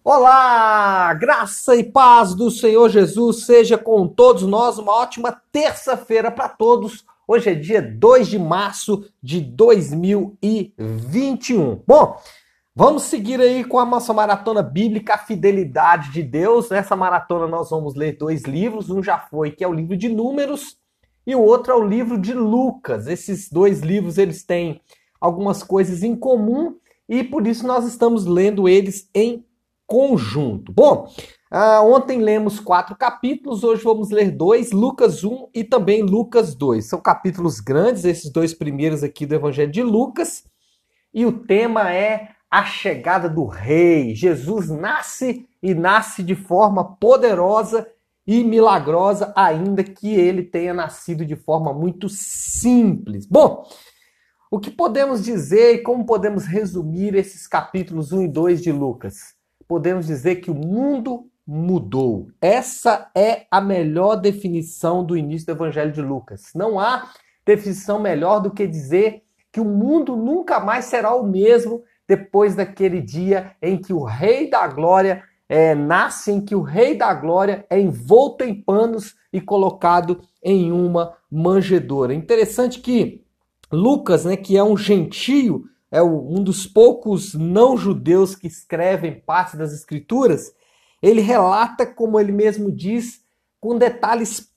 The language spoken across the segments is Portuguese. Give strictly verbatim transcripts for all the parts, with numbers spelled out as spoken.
Olá, graça e paz do Senhor Jesus seja com todos nós. Uma ótima terça-feira para todos. Hoje é dia dois de março de dois mil e vinte e um. Bom, vamos seguir aí com a nossa maratona bíblica, a fidelidade de Deus. Nessa maratona nós vamos ler dois livros. Um já foi, que é o livro de Números, e o outro é o livro de Lucas. Esses dois livros eles têm algumas coisas em comum e por isso nós estamos lendo eles em conjunto. Bom, uh, ontem lemos quatro capítulos, hoje vamos ler dois, Lucas um e também Lucas dois. São capítulos grandes, esses dois primeiros aqui do Evangelho de Lucas, e o tema é a chegada do rei. Jesus nasce e nasce de forma poderosa e milagrosa, ainda que ele tenha nascido de forma muito simples. Bom, o que podemos dizer e como podemos resumir esses capítulos um e dois de Lucas? Podemos dizer que o mundo mudou. Essa é a melhor definição do início do Evangelho de Lucas. Não há definição melhor do que dizer que o mundo nunca mais será o mesmo depois daquele dia em que o Rei da Glória é, nasce, em que o Rei da Glória é envolto em panos e colocado em uma manjedoura. Interessante que Lucas, né, que é um gentio, é um dos poucos não-judeus que escrevem parte das Escrituras, ele relata, como ele mesmo diz, com detalhes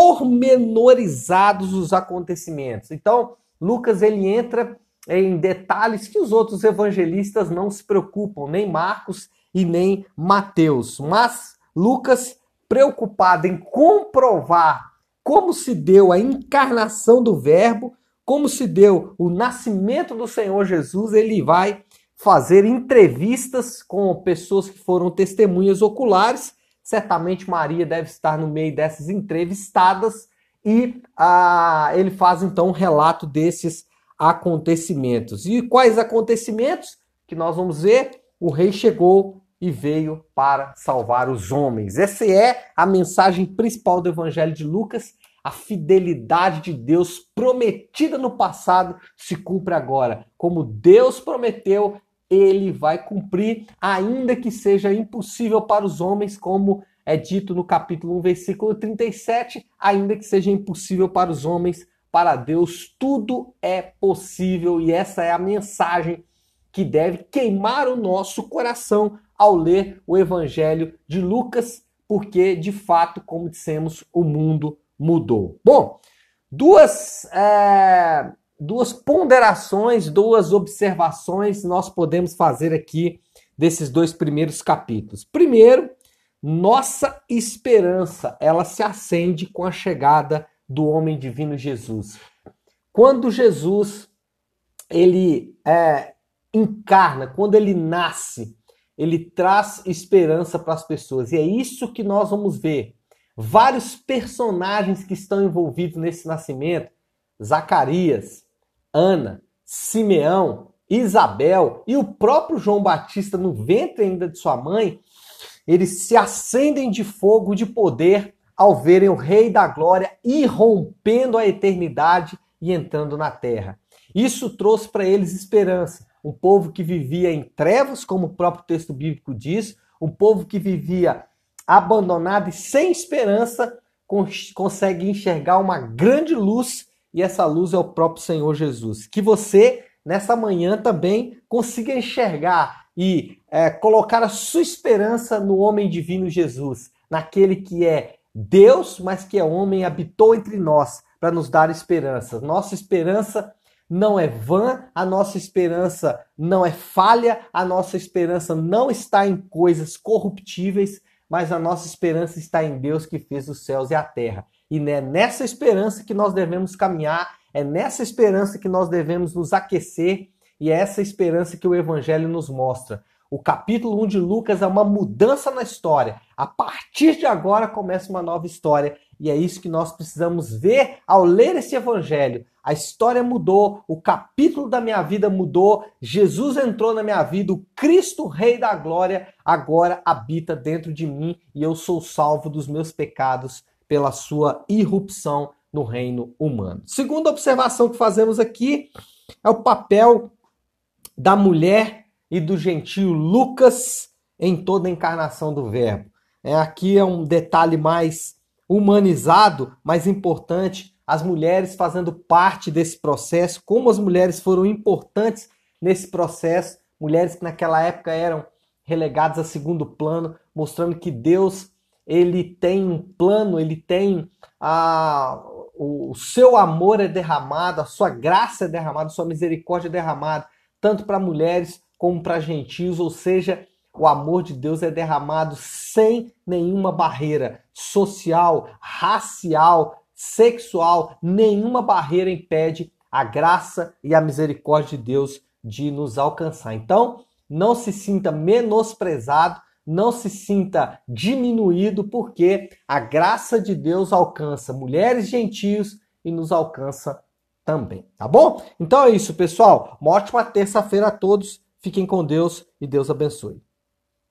pormenorizados os acontecimentos. Então, Lucas ele entra em detalhes que os outros evangelistas não se preocupam, nem Marcos e nem Mateus. Mas Lucas, preocupado em comprovar como se deu a encarnação do Verbo, como se deu o nascimento do Senhor Jesus, ele vai fazer entrevistas com pessoas que foram testemunhas oculares. Certamente Maria deve estar no meio dessas entrevistadas e ah, ele faz então um relato desses acontecimentos. E quais acontecimentos que nós vamos ver? O rei chegou e veio para salvar os homens. Essa é a mensagem principal do Evangelho de Lucas. A fidelidade de Deus prometida no passado se cumpre agora. Como Deus prometeu, ele vai cumprir, ainda que seja impossível para os homens, como é dito no capítulo um, versículo trinta e sete, ainda que seja impossível para os homens, para Deus tudo é possível. E essa é a mensagem que deve queimar o nosso coração ao ler o Evangelho de Lucas, porque, de fato, como dissemos, o mundo mudou. Bom, duas, é, duas ponderações, duas observações nós podemos fazer aqui desses dois primeiros capítulos. Primeiro, nossa esperança, ela se acende com a chegada do homem divino Jesus. Quando Jesus ele é, encarna, quando ele nasce, ele traz esperança para as pessoas. E é isso que nós vamos ver. Vários personagens que estão envolvidos nesse nascimento, Zacarias, Ana, Simeão, Isabel e o próprio João Batista no ventre ainda de sua mãe, eles se acendem de fogo de poder ao verem o Rei da Glória irrompendo a eternidade e entrando na terra. Isso trouxe para eles esperança. Um povo que vivia em trevas, como o próprio texto bíblico diz, um povo que vivia abandonado e sem esperança, consegue enxergar uma grande luz, e essa luz é o próprio Senhor Jesus. Que você, nessa manhã, também consiga enxergar e é, colocar a sua esperança no homem divino Jesus, naquele que é Deus, mas que é homem, habitou entre nós para nos dar esperança. Nossa esperança não é vã, a nossa esperança não é falha, a nossa esperança não está em coisas corruptíveis, mas a nossa esperança está em Deus que fez os céus e a terra. E é nessa esperança que nós devemos caminhar, é nessa esperança que nós devemos nos aquecer, e é essa esperança que o Evangelho nos mostra. O capítulo um de Lucas é uma mudança na história. A partir de agora começa uma nova história, e é isso que nós precisamos ver ao ler esse Evangelho. A história mudou, o capítulo da minha vida mudou, Jesus entrou na minha vida, o Cristo Rei da Glória agora habita dentro de mim e eu sou salvo dos meus pecados pela sua irrupção no reino humano. Segunda observação que fazemos aqui é o papel da mulher e do gentio Lucas em toda a encarnação do Verbo. É, aqui é um detalhe mais humanizado, mais importante, as mulheres fazendo parte desse processo, como as mulheres foram importantes nesse processo, mulheres que naquela época eram relegadas a segundo plano, mostrando que Deus ele tem um plano, ele tem a, o, o seu amor é derramado, a sua graça é derramada, a sua misericórdia é derramada, tanto para mulheres como para gentios, ou seja, o amor de Deus é derramado sem nenhuma barreira social, racial, sexual, nenhuma barreira impede a graça e a misericórdia de Deus de nos alcançar. Então, não se sinta menosprezado, não se sinta diminuído, porque a graça de Deus alcança mulheres e gentios e nos alcança também, tá bom? Então é isso, pessoal. Uma ótima terça-feira a todos. Fiquem com Deus e Deus abençoe.